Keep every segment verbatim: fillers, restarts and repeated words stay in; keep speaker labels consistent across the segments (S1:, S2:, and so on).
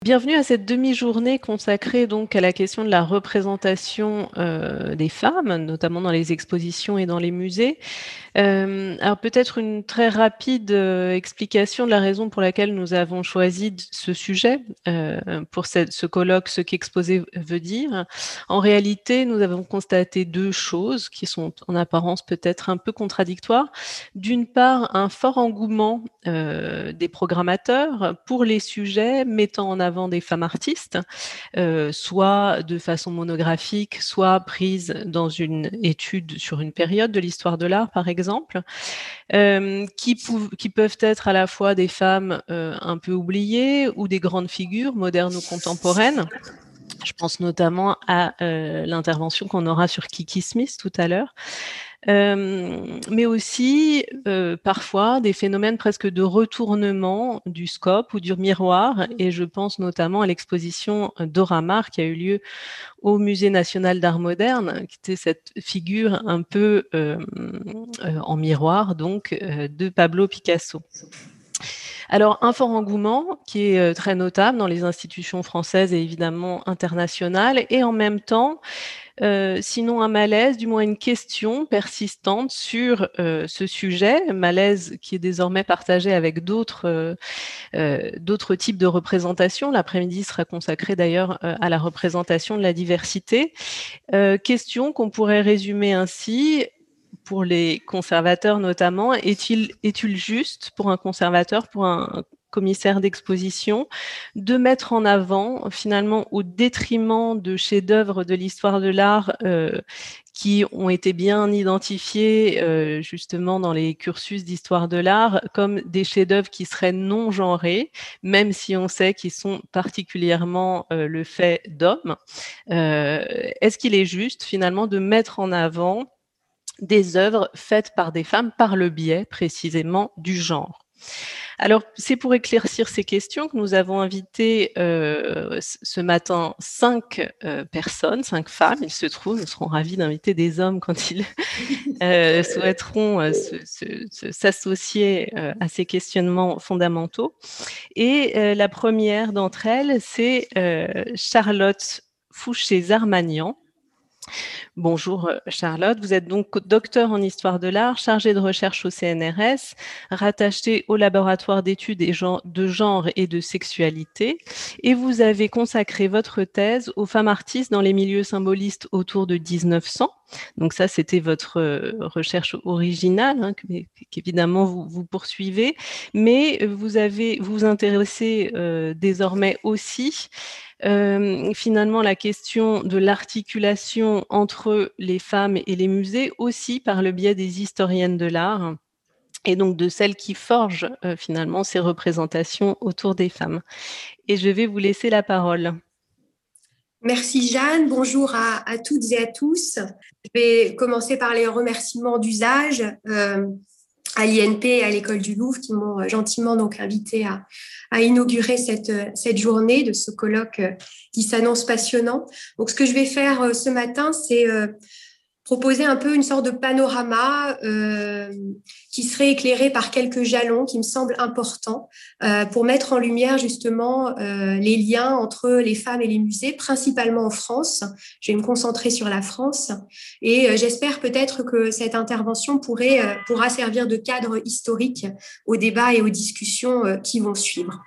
S1: Bienvenue à cette demi-journée consacrée donc à la question de la représentation euh, des femmes, notamment dans les expositions et dans les musées. Euh, alors peut-être une très rapide euh, explication de la raison pour laquelle nous avons choisi ce sujet euh, pour cette, ce colloque, ce qu'exposer veut dire. En réalité, nous avons constaté deux choses qui sont en apparence peut-être un peu contradictoires. D'une part, un fort engouement euh, des programmateurs pour les sujets mettant en avant des femmes artistes, euh, soit de façon monographique, soit prise dans une étude sur une période de l'histoire de l'art, par exemple, euh, qui, pou- qui peuvent être à la fois des femmes euh, un peu oubliées ou des grandes figures modernes ou contemporaines. Je pense notamment à euh, l'intervention qu'on aura sur Kiki Smith tout à l'heure. Euh, mais aussi euh, parfois des phénomènes presque de retournement du scope ou du miroir, et je pense notamment à l'exposition Dora Maar qui a eu lieu au Musée national d'art moderne, qui était cette figure un peu euh, euh, en miroir donc euh, de Pablo Picasso. Alors, un fort engouement qui est euh, très notable dans les institutions françaises et évidemment internationales, et en même temps, euh, sinon un malaise, du moins une question persistante sur euh, ce sujet, malaise qui est désormais partagé avec d'autres euh, euh, d'autres types de représentations. L'après-midi sera consacré d'ailleurs euh, à la représentation de la diversité. Euh, question qu'on pourrait résumer ainsi. Pour les conservateurs notamment, est-il, est-il juste pour un conservateur, pour un commissaire d'exposition, de mettre en avant, finalement, au détriment de chefs-d'œuvre de l'histoire de l'art euh, qui ont été bien identifiés euh, justement dans les cursus d'histoire de l'art comme des chefs-d'œuvre qui seraient non genrés, même si on sait qu'ils sont particulièrement euh, le fait d'hommes. Euh, est-ce qu'il est juste finalement de mettre en avant des œuvres faites par des femmes par le biais précisément du genre? Alors, c'est pour éclaircir ces questions que nous avons invité euh, ce matin cinq euh, personnes, cinq femmes, il se trouve. Nous serons ravis d'inviter des hommes quand ils euh, souhaiteront euh, se, se, se, s'associer euh, à ces questionnements fondamentaux. Et euh, la première d'entre elles, c'est euh, Charlotte Fouché-Zarmanian. Bonjour Charlotte, vous êtes donc docteur en histoire de l'art, chargée de recherche au C N R S, rattachée au laboratoire d'études de genre et de sexualité, et vous avez consacré votre thèse aux femmes artistes dans les milieux symbolistes autour de dix-neuf cents. Donc ça, c'était votre recherche originale, hein, qu'évidemment vous, vous poursuivez, mais vous avez vous, vous intéressez euh, désormais aussi Euh, finalement la question de l'articulation entre les femmes et les musées, aussi par le biais des historiennes de l'art et donc de celles qui forgent euh, finalement ces représentations autour des femmes. Et je vais vous laisser la parole.
S2: Merci Jeanne, bonjour à, à toutes et à tous. Je vais commencer par les remerciements d'usage euh, à l'I N P et à l'École du Louvre qui m'ont gentiment donc invité à, à inaugurer cette, cette journée de ce colloque qui s'annonce passionnant. Donc ce que je vais faire ce matin, c'est euh, proposer un peu une sorte de panorama euh, qui serait éclairé par quelques jalons qui me semblent importants euh, pour mettre en lumière justement euh, les liens entre les femmes et les musées, principalement en France. Je vais me concentrer sur la France et euh, j'espère peut-être que cette intervention pourrait, euh, pourra servir de cadre historique aux débats et aux discussions euh, qui vont suivre.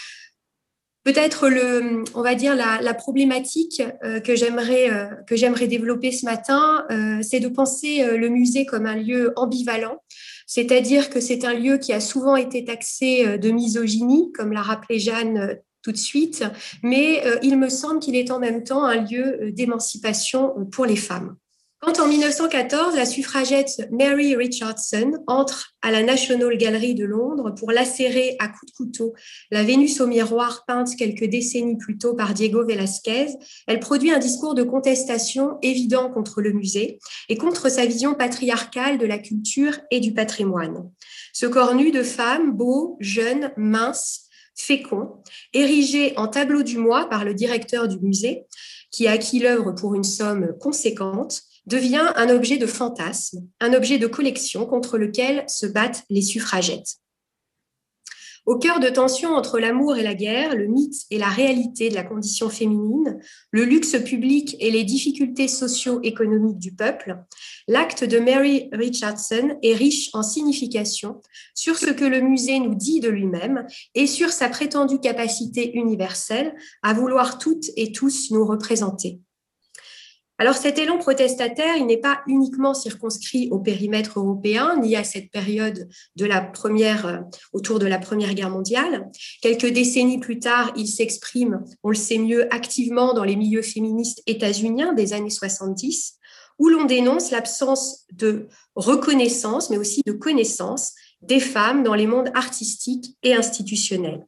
S2: Peut-être le, on va dire la, la problématique euh, que j'aimerais euh, que j'aimerais développer ce matin, euh, c'est de penser euh, le musée comme un lieu ambivalent, c'est-à-dire que c'est un lieu qui a souvent été taxé euh, de misogynie, comme l'a rappelé Jeanne euh, tout de suite, mais euh, il me semble qu'il est en même temps un lieu euh, d'émancipation euh, pour les femmes. Quand en mille neuf cent quatorze, la suffragette Mary Richardson entre à la National Gallery de Londres pour lacérer à coups de couteau la Vénus au miroir peinte quelques décennies plus tôt par Diego Velázquez, elle produit un discours de contestation évident contre le musée et contre sa vision patriarcale de la culture et du patrimoine. Ce corps nu de femme, beau, jeune, mince, fécond, érigé en tableau du mois par le directeur du musée, qui a acquis l'œuvre pour une somme conséquente, devient un objet de fantasme, un objet de collection contre lequel se battent les suffragettes. Au cœur de tensions entre l'amour et la guerre, le mythe et la réalité de la condition féminine, le luxe public et les difficultés socio-économiques du peuple, l'acte de Mary Richardson est riche en signification sur ce que le musée nous dit de lui-même et sur sa prétendue capacité universelle à vouloir toutes et tous nous représenter. Alors cet élan protestataire, il n'est pas uniquement circonscrit au périmètre européen, ni à cette période de la première, autour de la Première Guerre mondiale. Quelques décennies plus tard, il s'exprime, on le sait mieux, activement dans les milieux féministes états-uniens des années soixante-dix, où l'on dénonce l'absence de reconnaissance, mais aussi de connaissance des femmes dans les mondes artistiques et institutionnels.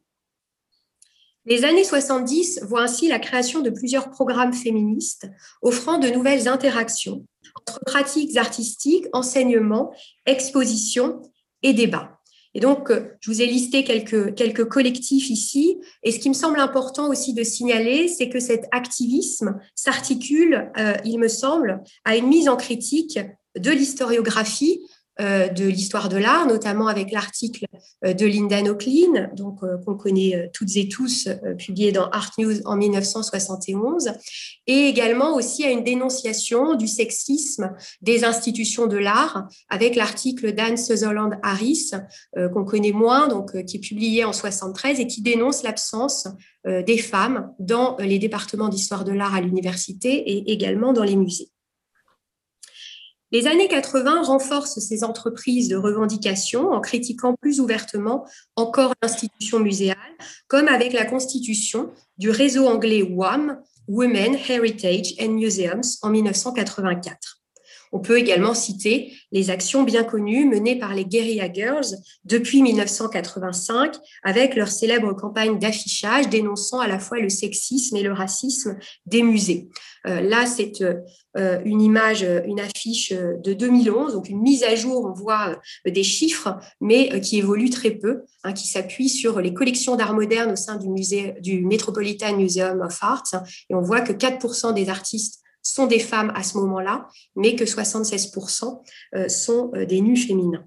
S2: Les années soixante-dix voient ainsi la création de plusieurs programmes féministes offrant de nouvelles interactions entre pratiques artistiques, enseignement, exposition et débat. Et donc, je vous ai listé quelques, quelques collectifs ici. Et ce qui me semble important aussi de signaler, c'est que cet activisme s'articule, euh, il me semble, à une mise en critique de l'historiographie Euh, de l'histoire de l'art, notamment avec l'article euh, de Linda Nochlin, donc euh, qu'on connaît euh, toutes et tous, euh, publié dans Art News en mille neuf cent soixante et onze, et également aussi à une dénonciation du sexisme des institutions de l'art, avec l'article d'Anne Sutherland Harris, euh, qu'on connaît moins, donc euh, qui est publié en soixante-treize et qui dénonce l'absence euh, des femmes dans euh, les départements d'histoire de l'art à l'université et également dans les musées. Les années quatre-vingts renforcent ces entreprises de revendication en critiquant plus ouvertement encore l'institution muséale, comme avec la constitution du réseau anglais W A M, Women, Heritage and Museums, en mille neuf cent quatre-vingt-quatre. On peut également citer les actions bien connues menées par les Guerrilla Girls depuis mille neuf cent quatre-vingt-cinq, avec leur célèbre campagne d'affichage dénonçant à la fois le sexisme et le racisme des musées. Euh, là, c'est euh, une image, une affiche de deux mille onze, donc une mise à jour, on voit euh, des chiffres, mais euh, qui évoluent très peu, hein, qui s'appuient sur les collections d'art moderne au sein du, musée, du Metropolitan Museum of Art, et on voit que quatre pour cent des artistes sont des femmes à ce moment-là, mais que soixante-seize pour cent sont des nus féminins.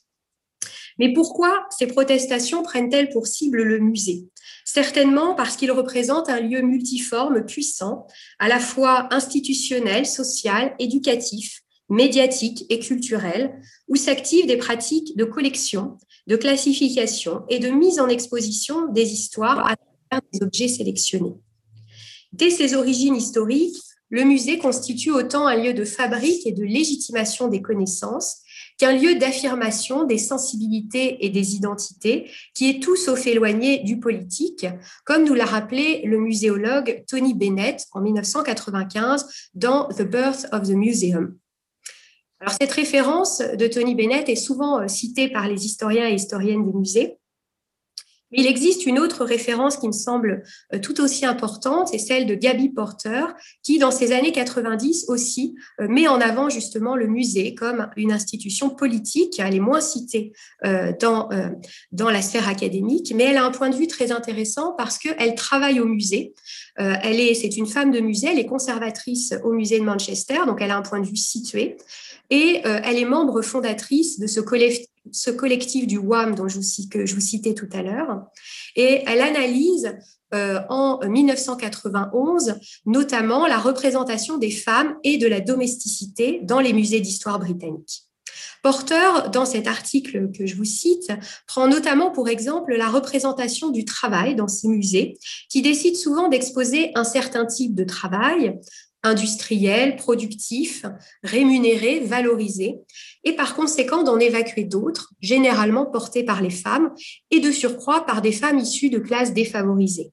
S2: Mais pourquoi ces protestations prennent-elles pour cible le musée ? Certainement parce qu'il représente un lieu multiforme, puissant, à la fois institutionnel, social, éducatif, médiatique et culturel, où s'activent des pratiques de collection, de classification et de mise en exposition des histoires à travers des objets sélectionnés. Dès ses origines historiques, le musée constitue autant un lieu de fabrique et de légitimation des connaissances qu'un lieu d'affirmation des sensibilités et des identités qui est tout sauf éloigné du politique, comme nous l'a rappelé le muséologue Tony Bennett en mille neuf cent quatre-vingt-quinze dans The Birth of the Museum. Alors, cette référence de Tony Bennett est souvent citée par les historiens et historiennes des musées. Mais il existe une autre référence qui me semble tout aussi importante, c'est celle de Gaby Porter, qui, dans ces années quatre-vingt-dix aussi, met en avant justement le musée comme une institution politique. Elle est moins citée dans, dans la sphère académique, mais elle a un point de vue très intéressant parce qu'elle travaille au musée. Elle est, c'est une femme de musée, elle est conservatrice au musée de Manchester, donc elle a un point de vue situé. Et euh, elle est membre fondatrice de ce collectif, ce collectif du W A M dont je vous, que je vous citais tout à l'heure. Et elle analyse euh, en mille neuf cent quatre-vingt-onze notamment la représentation des femmes et de la domesticité dans les musées d'histoire britanniques. Porter, dans cet article que je vous cite, prend notamment pour exemple la représentation du travail dans ces musées, qui décident souvent d'exposer un certain type de travail, industriel, productif, rémunéré, valorisé, et par conséquent d'en évacuer d'autres, généralement portés par les femmes, et de surcroît par des femmes issues de classes défavorisées.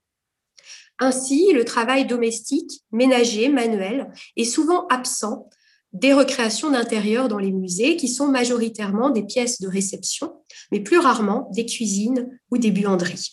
S2: Ainsi, le travail domestique, ménager, manuel, est souvent absent des recréations d'intérieur dans les musées, qui sont majoritairement des pièces de réception, mais plus rarement des cuisines ou des buanderies.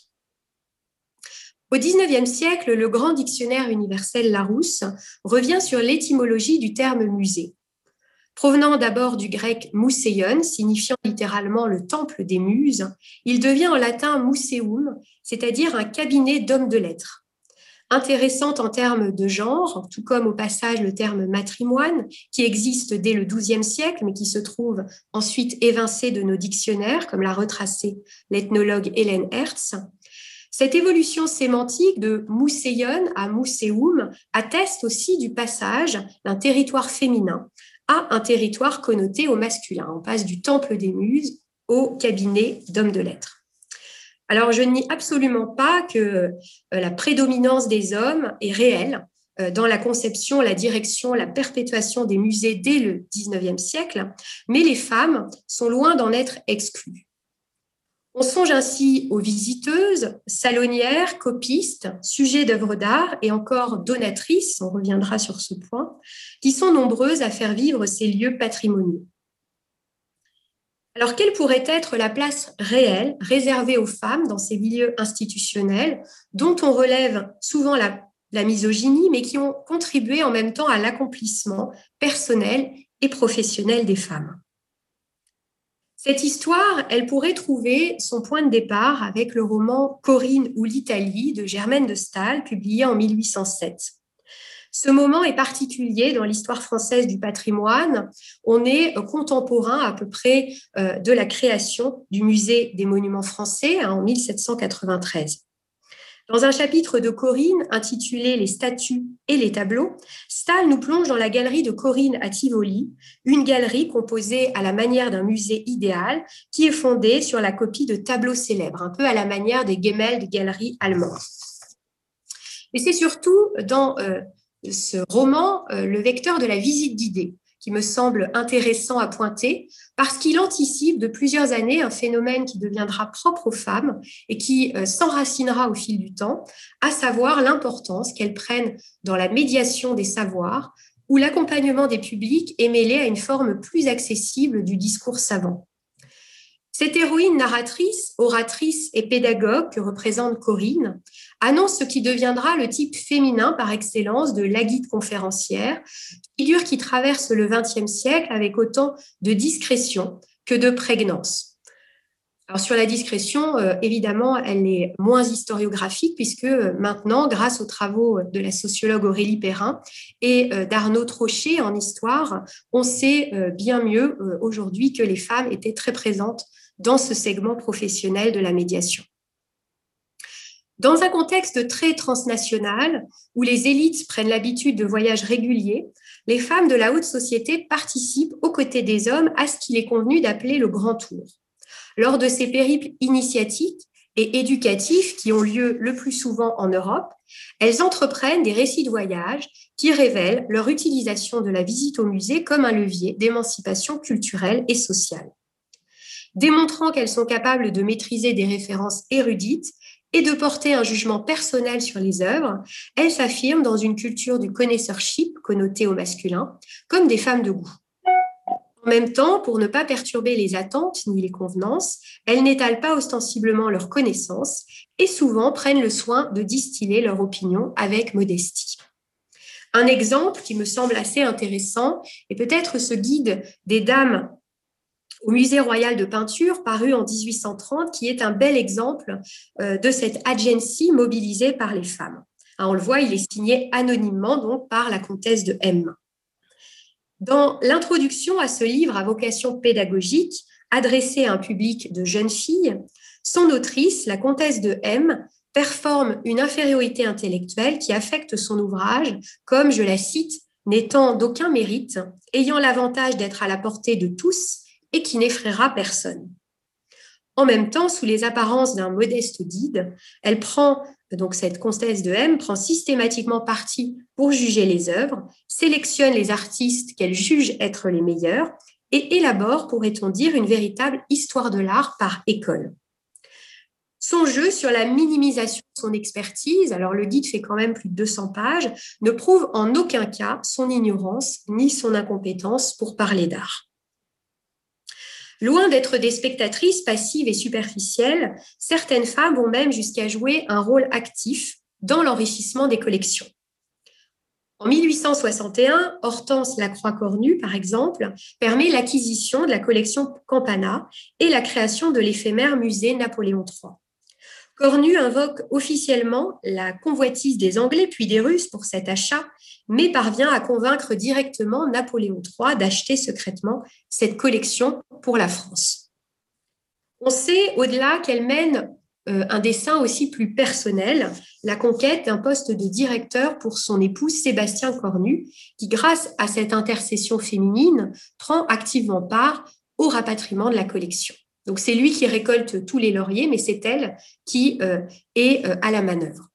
S2: Au dix-neuvième siècle, le grand dictionnaire universel Larousse revient sur l'étymologie du terme musée. Provenant d'abord du grec mouseion, signifiant littéralement le temple des muses, il devient en latin museum, c'est-à-dire un cabinet d'hommes de lettres. intéressante en termes de genre, tout comme au passage le terme matrimoine, qui existe dès le douzième siècle, mais qui se trouve ensuite évincé de nos dictionnaires, comme l'a retracé l'ethnologue Hélène Hertz. Cette évolution sémantique de mousséion à mousséoum atteste aussi du passage d'un territoire féminin à un territoire connoté au masculin. On passe du temple des muses au cabinet d'hommes de lettres. Alors, je ne nie absolument pas que la prédominance des hommes est réelle dans la conception, la direction, la perpétuation des musées dès le dix-neuvième siècle, mais les femmes sont loin d'en être exclues. On songe ainsi aux visiteuses, salonnières, copistes, sujets d'œuvres d'art et encore donatrices, on reviendra sur ce point, qui sont nombreuses à faire vivre ces lieux patrimoniaux. Alors, quelle pourrait être la place réelle réservée aux femmes dans ces milieux institutionnels dont on relève souvent la, la misogynie, mais qui ont contribué en même temps à l'accomplissement personnel et professionnel des femmes? Cette histoire, elle pourrait trouver son point de départ avec le roman Corinne ou l'Italie de Germaine de Staël, publié en mille huit cent sept. Ce moment est particulier dans l'histoire française du patrimoine. On est contemporain à peu près de la création du musée des monuments français en mille sept cent quatre-vingt-treize. Dans un chapitre de Corinne intitulé « Les statues et les tableaux », Staël nous plonge dans la galerie de Corinne à Tivoli, une galerie composée à la manière d'un musée idéal qui est fondée sur la copie de tableaux célèbres, un peu à la manière des Gemäldegaleries allemandes. Et c'est surtout dans euh, ce roman euh, le vecteur de la visite guidée qui me semble intéressant à pointer parce qu'il anticipe de plusieurs années un phénomène qui deviendra propre aux femmes et qui euh, s'enracinera au fil du temps, à savoir l'importance qu'elles prennent dans la médiation des savoirs où l'accompagnement des publics est mêlé à une forme plus accessible du discours savant. Cette héroïne narratrice, oratrice et pédagogue que représente Corinne annonce ce qui deviendra le type féminin par excellence de la guide conférencière, figure qui traverse le vingtième siècle avec autant de discrétion que de prégnance. Alors sur la discrétion, euh, évidemment, elle est moins historiographique puisque euh, maintenant, grâce aux travaux de la sociologue Aurélie Perrin et euh, d'Arnaud Trochet en histoire, on sait euh, bien mieux euh, aujourd'hui que les femmes étaient très présentes dans ce segment professionnel de la médiation. Dans un contexte très transnational, où les élites prennent l'habitude de voyages réguliers, les femmes de la haute société participent aux côtés des hommes à ce qu'il est convenu d'appeler le grand tour. Lors de ces périples initiatiques et éducatifs qui ont lieu le plus souvent en Europe, elles entreprennent des récits de voyage qui révèlent leur utilisation de la visite au musée comme un levier d'émancipation culturelle et sociale. Démontrant qu'elles sont capables de maîtriser des références érudites et de porter un jugement personnel sur les œuvres, elles s'affirment dans une culture du connoisseurship connotée au masculin comme des femmes de goût. En même temps, pour ne pas perturber les attentes ni les convenances, elles n'étalent pas ostensiblement leurs connaissances et souvent prennent le soin de distiller leur opinion avec modestie. Un exemple qui me semble assez intéressant est peut-être ce guide des dames au Musée royal de peinture, paru en dix-huit cent trente, qui est un bel exemple de cette agency mobilisée par les femmes. On le voit, il est signé anonymement donc par la comtesse de M. Dans l'introduction à ce livre à vocation pédagogique, adressé à un public de jeunes filles, son autrice, la comtesse de M, performe une infériorité intellectuelle qui affecte son ouvrage comme, je la cite, n'étant d'aucun mérite, ayant l'avantage d'être à la portée de tous et qui n'effraiera personne. En même temps, sous les apparences d'un modeste guide, elle prend, donc cette comtesse de M, prend systématiquement parti pour juger les œuvres, sélectionne les artistes qu'elle juge être les meilleurs et élabore, pourrait-on dire, une véritable histoire de l'art par école. Son jeu sur la minimisation de son expertise, alors le guide fait quand même plus de deux cents pages, ne prouve en aucun cas son ignorance ni son incompétence pour parler d'art. Loin d'être des spectatrices passives et superficielles, certaines femmes vont même jusqu'à jouer un rôle actif dans l'enrichissement des collections. En mille huit cent soixante et un, Hortense Lacroix-Cornu, par exemple, permet l'acquisition de la collection Campana et la création de l'éphémère musée Napoléon trois. Cornu invoque officiellement la convoitise des Anglais puis des Russes pour cet achat, mais parvient à convaincre directement Napoléon trois d'acheter secrètement cette collection pour la France. On sait au-delà qu'elle mène euh, un dessein aussi plus personnel, la conquête d'un poste de directeur pour son époux Sébastien Cornu, qui grâce à cette intercession féminine prend activement part au rapatriement de la collection. Donc c'est lui qui récolte tous les lauriers, mais c'est elle qui euh, est euh, à la manœuvre.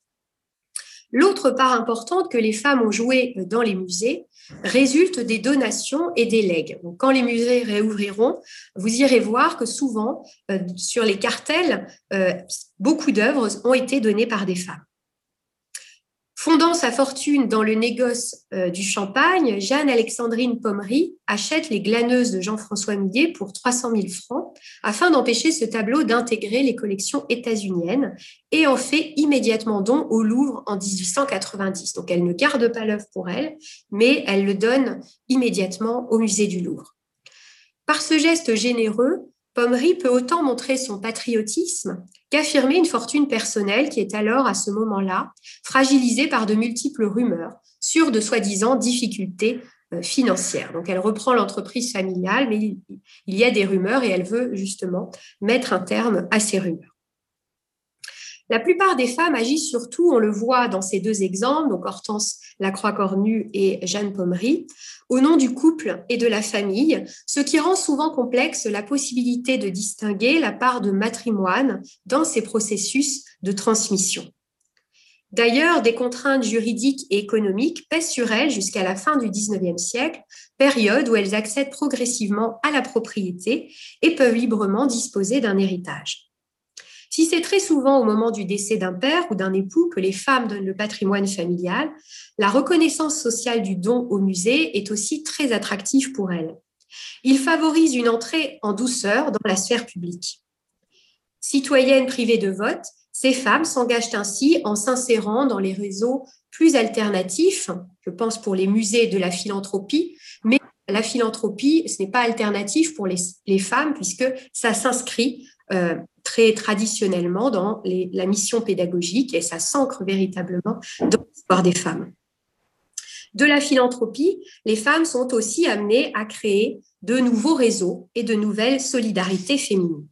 S2: L'autre part importante que les femmes ont jouée dans les musées résulte des donations et des legs. Donc, quand les musées réouvriront, vous irez voir que souvent, euh, sur les cartels, euh, beaucoup d'œuvres ont été données par des femmes. Fondant sa fortune dans le négoce euh, du champagne, Jeanne-Alexandrine Pommery achète les Glaneuses de Jean-François Millet pour trois cent mille francs afin d'empêcher ce tableau d'intégrer les collections états-uniennes et en fait immédiatement don au Louvre en dix-huit cent quatre-vingt-dix. Donc elle ne garde pas l'œuvre pour elle, mais elle le donne immédiatement au musée du Louvre. Par ce geste généreux, Pommery peut autant montrer son patriotisme qu'affirmer une fortune personnelle qui est alors, à ce moment-là, fragilisée par de multiples rumeurs sur de soi-disant difficultés financières. Donc, elle reprend l'entreprise familiale, mais il y a des rumeurs et elle veut justement mettre un terme à ces rumeurs. La plupart des femmes agissent surtout, on le voit dans ces deux exemples, donc Hortense Lacroix-Cornu et Jeanne Pommery, au nom du couple et de la famille, ce qui rend souvent complexe la possibilité de distinguer la part de matrimoine dans ces processus de transmission. D'ailleurs, des contraintes juridiques et économiques pèsent sur elles jusqu'à la fin du dix-neuvième siècle, période où elles accèdent progressivement à la propriété et peuvent librement disposer d'un héritage. Si c'est très souvent au moment du décès d'un père ou d'un époux que les femmes donnent le patrimoine familial, la reconnaissance sociale du don au musée est aussi très attractive pour elles. Il favorise une entrée en douceur dans la sphère publique. Citoyennes privées de vote, ces femmes s'engagent ainsi en s'insérant dans les réseaux plus alternatifs, je pense pour les musées de la philanthropie, mais la philanthropie, ce n'est pas alternatif pour les, les femmes puisque ça s'inscrit euh, très traditionnellement dans les, la mission pédagogique et ça s'ancre véritablement dans l'histoire des femmes. De la philanthropie, les femmes sont aussi amenées à créer de nouveaux réseaux et de nouvelles solidarités féminines.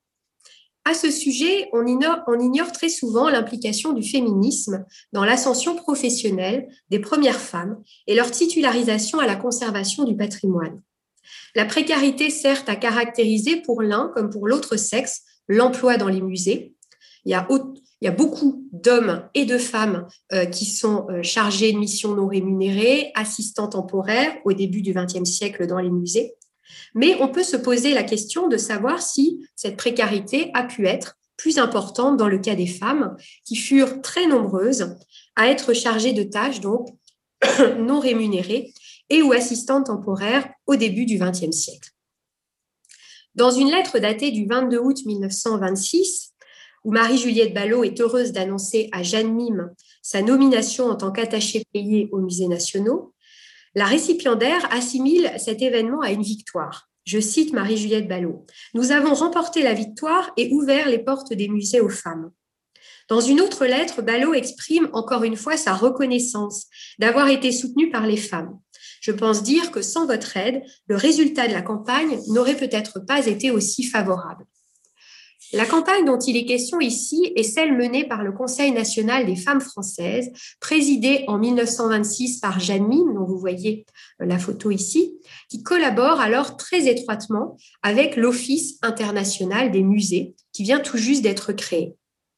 S2: À ce sujet, on ignore, on ignore très souvent l'implication du féminisme dans l'ascension professionnelle des premières femmes et leur titularisation à la conservation du patrimoine. La précarité sert à caractériser pour l'un comme pour l'autre sexe l'emploi dans les musées. Il y a, il y a beaucoup d'hommes et de femmes euh, qui sont euh, chargés de missions non rémunérées, assistants temporaires au début du vingtième siècle dans les musées. Mais on peut se poser la question de savoir si cette précarité a pu être plus importante dans le cas des femmes, qui furent très nombreuses à être chargées de tâches donc non rémunérées et ou assistantes temporaires au début du vingtième siècle. Dans une lettre datée du vingt-deux août mille neuf cent vingt-six, où Marie-Juliette Ballot est heureuse d'annoncer à Jeanne Mime sa nomination en tant qu'attachée payée aux musées nationaux, la récipiendaire assimile cet événement à une victoire. Je cite Marie-Juliette Ballot. « Nous avons remporté la victoire et ouvert les portes des musées aux femmes. » Dans une autre lettre, Ballot exprime encore une fois sa reconnaissance d'avoir été soutenue par les femmes. Je pense dire que sans votre aide, le résultat de la campagne n'aurait peut-être pas été aussi favorable. La campagne dont il est question ici est celle menée par le Conseil national des femmes françaises, présidée en mille neuf cent vingt-six par Jeanne Mime, dont vous voyez la photo ici, qui collabore alors très étroitement avec l'Office international des musées, qui vient tout juste d'être créé.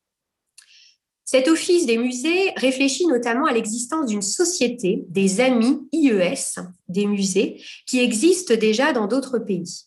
S2: Cet office des musées réfléchit notamment à l'existence d'une société des amis I E S des musées qui existe déjà dans d'autres pays.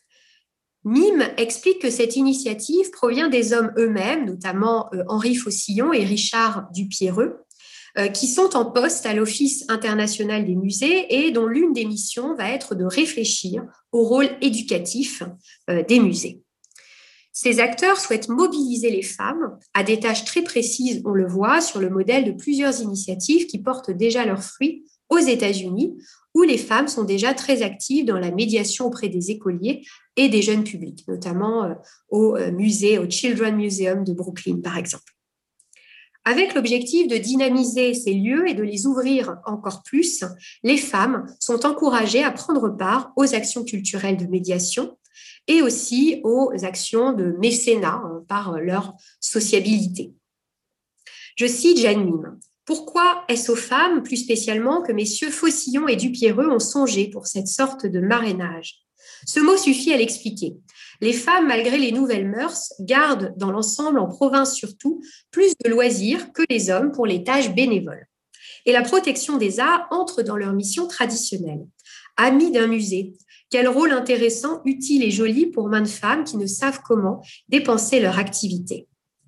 S2: Mime explique que cette initiative provient des hommes eux-mêmes, notamment Henri Faucillon et Richard Dupierreux, qui sont en poste à l'Office international des musées et dont l'une des missions va être de réfléchir au rôle éducatif des musées. Ces acteurs souhaitent mobiliser les femmes à des tâches très précises, on le voit, sur le modèle de plusieurs initiatives qui portent déjà leurs fruits aux États-Unis, où les femmes sont déjà très actives dans la médiation auprès des écoliers et des jeunes publics, notamment au musée, au Children's Museum de Brooklyn, par exemple. Avec l'objectif de dynamiser ces lieux et de les ouvrir encore plus, les femmes sont encouragées à prendre part aux actions culturelles de médiation et aussi aux actions de mécénat par leur sociabilité. Je cite Jeanne Mime. Pourquoi est-ce aux femmes, plus spécialement, que messieurs Faucillon et Dupierreux ont songé pour cette sorte de marrainage? Ce mot suffit à l'expliquer. Les femmes, malgré les nouvelles mœurs, gardent dans l'ensemble, en province surtout, plus de loisirs que les hommes pour les tâches bénévoles. Et la protection des arts entre dans leur mission traditionnelle. Amis d'un musée, quel rôle intéressant, utile et joli pour maintes femmes qui ne savent comment dépenser leur activité.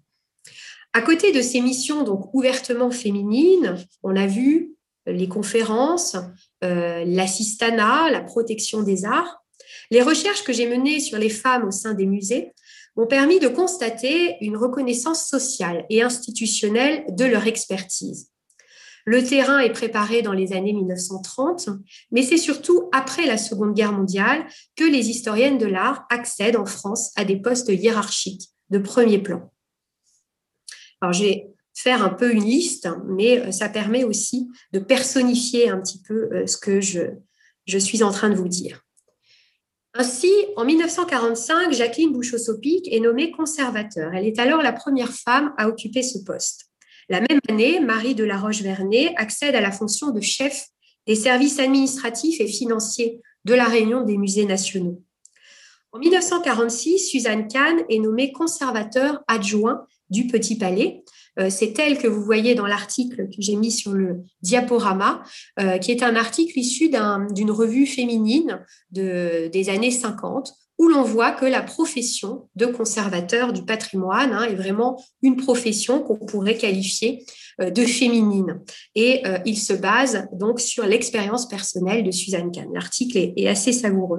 S2: À côté de ces missions donc ouvertement féminines, on a vu les conférences, euh, l'assistanat, la protection des arts. Les recherches que j'ai menées sur les femmes au sein des musées m'ont permis de constater une reconnaissance sociale et institutionnelle de leur expertise. Le terrain est préparé dans les années mille neuf cent trente, mais c'est surtout après la Seconde Guerre mondiale que les historiennes de l'art accèdent en France à des postes hiérarchiques de premier plan. Alors, je vais faire un peu une liste, mais ça permet aussi de personnifier un petit peu ce que je, je suis en train de vous dire. Ainsi, en mille neuf cent quarante-cinq, Jacqueline Bouchot-Sopic est nommée conservateur. Elle est alors la première femme à occuper ce poste. La même année, Marie de la Roche-Vernet accède à la fonction de chef des services administratifs et financiers de la Réunion des musées nationaux. En mille neuf cent quarante-six, Suzanne Kahn est nommée conservateur adjoint du Petit Palais. C'est elle que vous voyez dans l'article que j'ai mis sur le diaporama, euh, qui est un article issu d'un, d'une revue féminine de, des années cinquante, où l'on voit que la profession de conservateur du patrimoine hein, est vraiment une profession qu'on pourrait qualifier euh, de féminine. Et euh, il se base donc sur l'expérience personnelle de Suzanne Kahn. L'article est, est assez savoureux.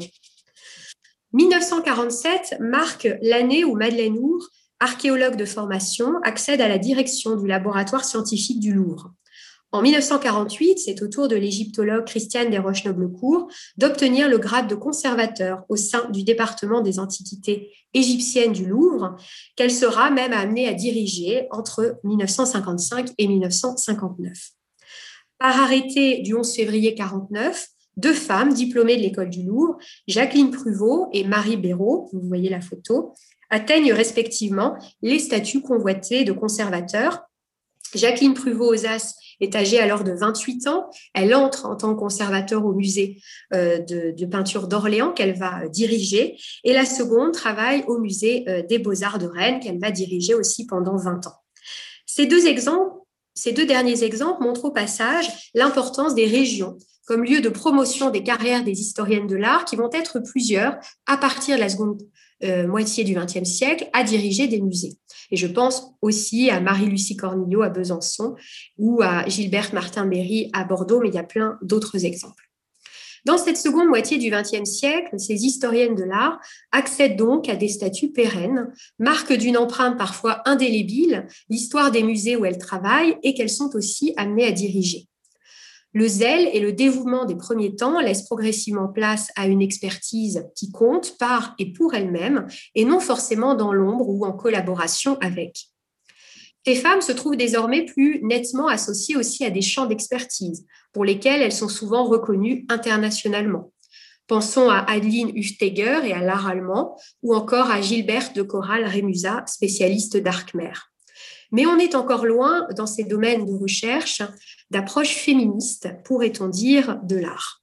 S2: mille neuf cent quarante-sept marque l'année où Madeleine Hour, archéologue de formation, accède à la direction du laboratoire scientifique du Louvre. En mille neuf cent quarante-huit, c'est au tour de l'égyptologue Christiane Desroches-Noblecourt d'obtenir le grade de conservateur au sein du département des antiquités égyptiennes du Louvre, qu'elle sera même amenée à diriger entre mille neuf cent cinquante-cinq et mille neuf cent cinquante-neuf. Par arrêté du onze février mille neuf cent quarante-neuf, deux femmes diplômées de l'école du Louvre, Jacqueline Pruvot et Marie Béraud, vous voyez la photo, atteignent respectivement les statuts convoités de conservateur. Jacqueline Pruvot-Ozas est âgée alors de vingt-huit ans. Elle entre en tant que conservateur au musée de, de peinture d'Orléans qu'elle va diriger. Et la seconde travaille au musée des Beaux-Arts de Rennes qu'elle va diriger aussi pendant vingt ans. Ces deux exemples, ces deux derniers exemples montrent au passage l'importance des régions comme lieu de promotion des carrières des historiennes de l'art qui vont être plusieurs à partir de la seconde euh, moitié du vingtième siècle à diriger des musées. Et je pense aussi à Marie-Lucie Cornillo à Besançon ou à Gilberte Martin-Berry à Bordeaux, mais il y a plein d'autres exemples. Dans cette seconde moitié du vingtième siècle, ces historiennes de l'art accèdent donc à des statuts pérennes, marque d'une empreinte parfois indélébile, l'histoire des musées où elles travaillent et qu'elles sont aussi amenées à diriger. Le zèle et le dévouement des premiers temps laissent progressivement place à une expertise qui compte par et pour elle-même et non forcément dans l'ombre ou en collaboration avec. Ces femmes se trouvent désormais plus nettement associées aussi à des champs d'expertise pour lesquels elles sont souvent reconnues internationalement. Pensons à Adeline Hufsteger et à l'art allemand ou encore à Gilberte de Coral-Rémusat, spécialiste d'art khmer. Mais on est encore loin, dans ces domaines de recherche, d'approche féministe, pourrait-on dire, de l'art.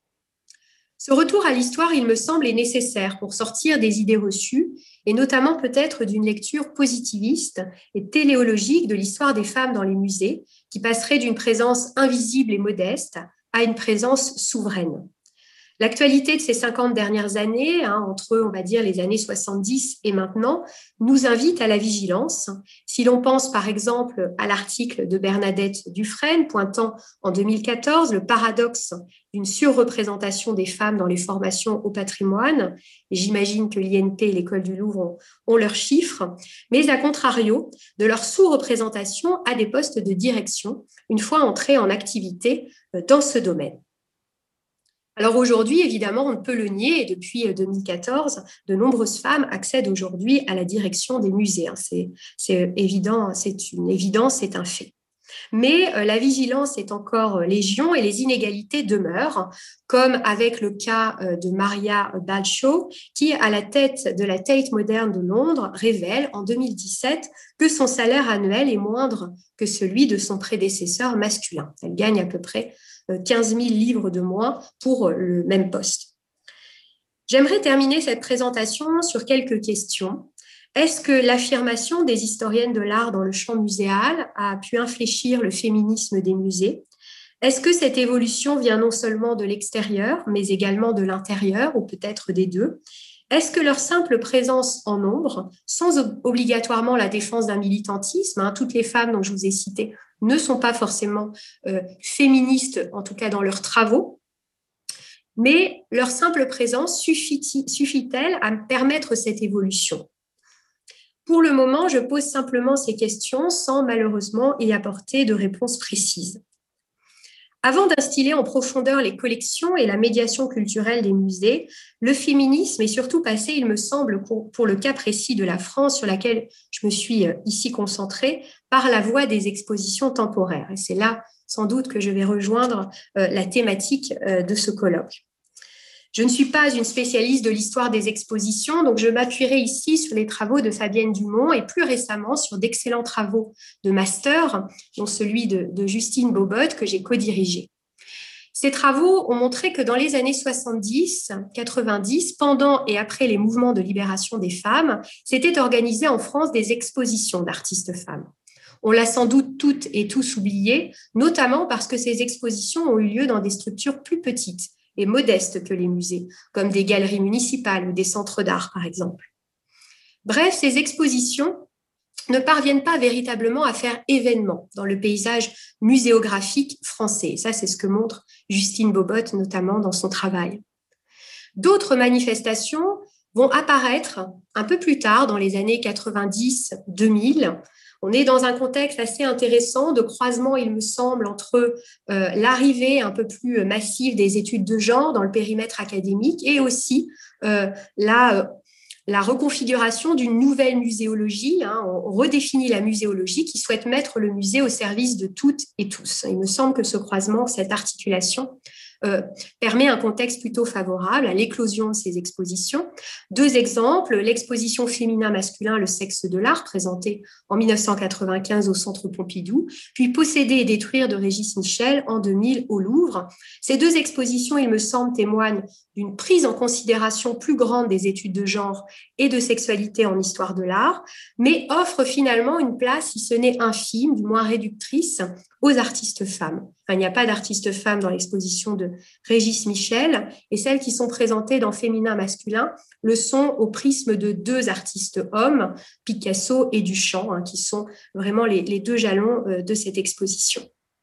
S2: Ce retour à l'histoire, il me semble, est nécessaire pour sortir des idées reçues, et notamment peut-être d'une lecture positiviste et téléologique de l'histoire des femmes dans les musées, qui passerait d'une présence invisible et modeste à une présence souveraine. L'actualité de ces cinquante dernières années, hein, entre, on va dire, les années soixante-dix et maintenant, nous invite à la vigilance. Si l'on pense, par exemple, à l'article de Bernadette Dufresne pointant en deux mille quatorze le paradoxe d'une surreprésentation des femmes dans les formations au patrimoine, et j'imagine que l'I N P et l'École du Louvre ont, ont leurs chiffres, mais à contrario, de leur sous-représentation à des postes de direction, une fois entrées en activité dans ce domaine. Alors aujourd'hui, évidemment, on ne peut le nier, et depuis deux mille quatorze, de nombreuses femmes accèdent aujourd'hui à la direction des musées. C'est, c'est évident, c'est une évidence, c'est un fait. Mais euh, la vigilance est encore légion et les inégalités demeurent, comme avec le cas euh, de Maria Balcho, qui, à la tête de la Tate Moderne de Londres, révèle en deux mille dix-sept que son salaire annuel est moindre que celui de son prédécesseur masculin. Elle gagne à peu près quinze mille livres de moins pour le même poste. J'aimerais terminer cette présentation sur quelques questions. Est-ce que l'affirmation des historiennes de l'art dans le champ muséal a pu infléchir le féminisme des musées? Est-ce que cette évolution vient non seulement de l'extérieur, mais également de l'intérieur, ou peut-être des deux? Est-ce que leur simple présence en nombre, sans obligatoirement la défense d'un militantisme, hein, toutes les femmes dont je vous ai cité ne sont pas forcément euh, féministes, en tout cas dans leurs travaux, mais leur simple présence suffit, suffit-elle à permettre cette évolution? Pour le moment, je pose simplement ces questions sans malheureusement y apporter de réponse précise. Avant d'instiller en profondeur les collections et la médiation culturelle des musées, le féminisme est surtout passé, il me semble, pour, pour le cas précis de la France, sur laquelle je me suis ici concentrée, par la voie des expositions temporaires. Et c'est là, sans doute, que je vais rejoindre euh, la thématique euh, de ce colloque. Je ne suis pas une spécialiste de l'histoire des expositions, donc je m'appuierai ici sur les travaux de Fabienne Dumont et plus récemment sur d'excellents travaux de master, dont celui de, de Justine Bobot que j'ai co-dirigé. Ces travaux ont montré que dans les années soixante-dix, quatre-vingt-dix, pendant et après les mouvements de libération des femmes, s'étaient organisées en France des expositions d'artistes femmes. On l'a sans doute toutes et tous oublié, notamment parce que ces expositions ont eu lieu dans des structures plus petites et modestes que les musées, comme des galeries municipales ou des centres d'art, par exemple. Bref, ces expositions ne parviennent pas véritablement à faire événement dans le paysage muséographique français. Ça, c'est ce que montre Justine Bobot, notamment dans son travail. D'autres manifestations vont apparaître un peu plus tard, dans les années quatre-vingt-dix deux mille. On est dans un contexte assez intéressant de croisement, il me semble, entre euh, l'arrivée un peu plus massive des études de genre dans le périmètre académique et aussi euh, la, euh, la reconfiguration d'une nouvelle muséologie. Hein. On redéfinit la muséologie qui souhaite mettre le musée au service de toutes et tous. Il me semble que ce croisement, cette articulation, Euh, permet un contexte plutôt favorable à l'éclosion de ces expositions. Deux exemples, l'exposition féminin-masculin Le sexe de l'art, présentée en mille neuf cent quatre-vingt-quinze au Centre Pompidou, puis Posséder et détruire de Régis Michel en deux mille au Louvre. Ces deux expositions, il me semble, témoignent d'une prise en considération plus grande des études de genre et de sexualité en histoire de l'art, mais offrent finalement une place, si ce n'est infime, du moins réductrice, aux artistes femmes. Enfin, il n'y a pas d'artistes femmes dans l'exposition de Régis Michel, et celles qui sont présentées dans Féminin masculin le sont au prisme de deux artistes hommes, Picasso et Duchamp, hein, qui sont vraiment les, les deux jalons euh, de cette exposition.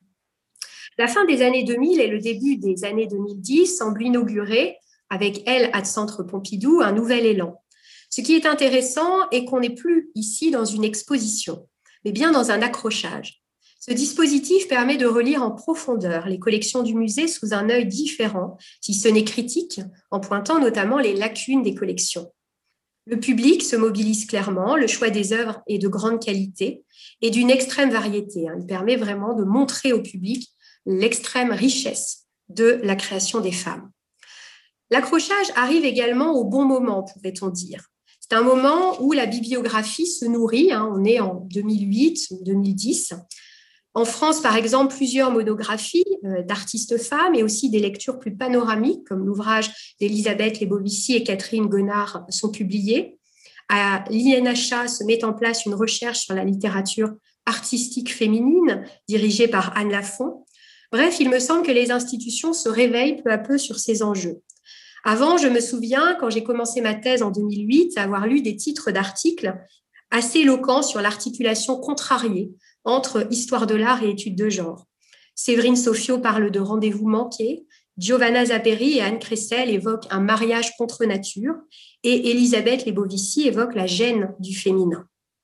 S2: La fin des années deux mille et le début des années deux mille dix semblent inaugurer, avec elle à Centre Pompidou, un nouvel élan. Ce qui est intéressant est qu'on n'est plus ici dans une exposition, mais bien dans un accrochage. Ce dispositif permet de relire en profondeur les collections du musée sous un œil différent, si ce n'est critique, en pointant notamment les lacunes des collections. Le public se mobilise clairement, le choix des œuvres est de grande qualité et d'une extrême variété. Il permet vraiment de montrer au public l'extrême richesse de la création des femmes. L'accrochage arrive également au bon moment, pourrait-on dire. C'est un moment où la bibliographie se nourrit, hein, on est en deux mille huit ou deux mille dix. En France, par exemple, plusieurs monographies euh, d'artistes femmes et aussi des lectures plus panoramiques, comme l'ouvrage d'Elisabeth Lebovici et Catherine Gonard, sont publiées. À l'I N H A se met en place une recherche sur la littérature artistique féminine, dirigée par Anne Lafont. Bref, il me semble que les institutions se réveillent peu à peu sur ces enjeux. Avant, je me souviens, quand j'ai commencé ma thèse en deux mille huit, avoir lu des titres d'articles assez éloquents sur l'articulation contrariée entre histoire de l'art et études de genre. Séverine Sofio parle de rendez-vous manqués, Giovanna Zaperi et Anne Cressel évoquent un mariage contre nature et Elisabeth Lebovici évoque la gêne du féminin.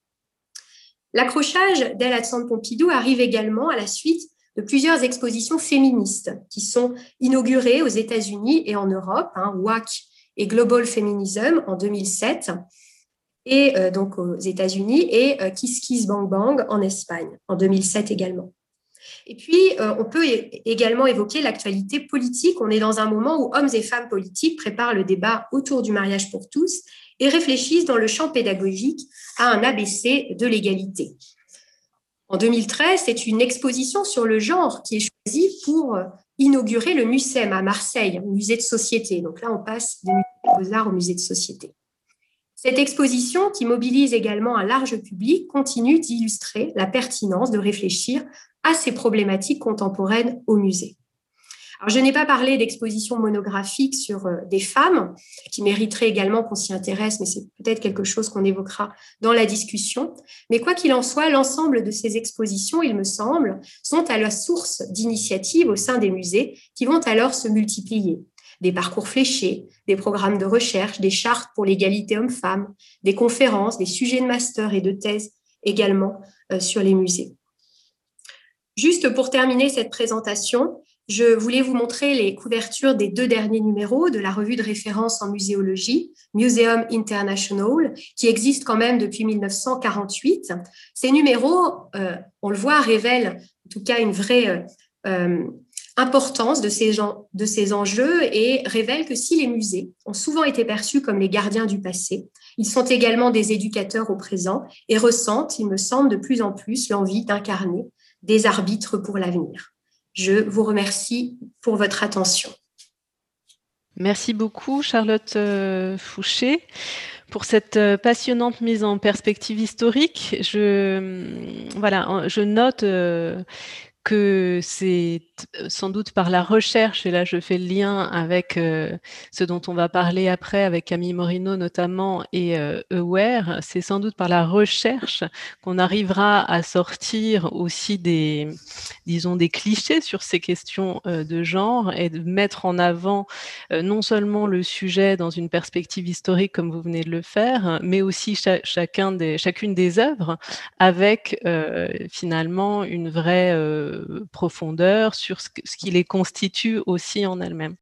S2: L'accrochage d'El Hadson Pompidou arrive également à la suite de plusieurs expositions féministes qui sont inaugurées aux États-Unis et en Europe, hein, W A C et Global Feminism en deux mille sept, et euh, donc aux États-Unis, et euh, Kiss Kiss Bang Bang en Espagne en deux mille sept également. Et puis, euh, on peut également évoquer l'actualité politique. On est dans un moment où hommes et femmes politiques préparent le débat autour du mariage pour tous et réfléchissent dans le champ pédagogique à un A B C de l'égalité. En deux mille treize, c'est une exposition sur le genre qui est choisie pour inaugurer le MUSEM à Marseille, musée de société. Donc là, on passe du musée des Beaux-Arts au musée de société. Cette exposition, qui mobilise également un large public, continue d'illustrer la pertinence de réfléchir à ces problématiques contemporaines au musée. Alors, je n'ai pas parlé d'exposition monographique sur des femmes, qui mériterait également qu'on s'y intéresse, mais c'est peut-être quelque chose qu'on évoquera dans la discussion. Mais quoi qu'il en soit, l'ensemble de ces expositions, il me semble, sont à la source d'initiatives au sein des musées qui vont alors se multiplier. Des parcours fléchés, des programmes de recherche, des chartes pour l'égalité homme-femme, des conférences, des sujets de master et de thèse également euh, sur les musées. Juste pour terminer cette présentation, je voulais vous montrer les couvertures des deux derniers numéros de la revue de référence en muséologie, Museum International, qui existe quand même depuis mille neuf cent quarante-huit. Ces numéros, euh, on le voit, révèlent en tout cas une vraie euh, importance de ces, gens, de ces enjeux et révèlent que si les musées ont souvent été perçus comme les gardiens du passé, ils sont également des éducateurs au présent et ressentent, il me semble, de plus en plus l'envie d'incarner des arbitres pour l'avenir. Je vous remercie pour votre attention.
S1: Merci beaucoup, Charlotte Fouché, pour cette passionnante mise en perspective historique. Je, voilà, je note euh, que c'est sans doute par la recherche, et là je fais le lien avec euh, ce dont on va parler après avec Camille Morino notamment et euh, Aware, c'est sans doute par la recherche qu'on arrivera à sortir aussi des, disons, des clichés sur ces questions euh, de genre et de mettre en avant euh, non seulement le sujet dans une perspective historique comme vous venez de le faire, mais aussi cha chacun des, chacune des œuvres avec euh, finalement une vraie euh, profondeur sur ce, ce qui les constitue aussi en elles-mêmes.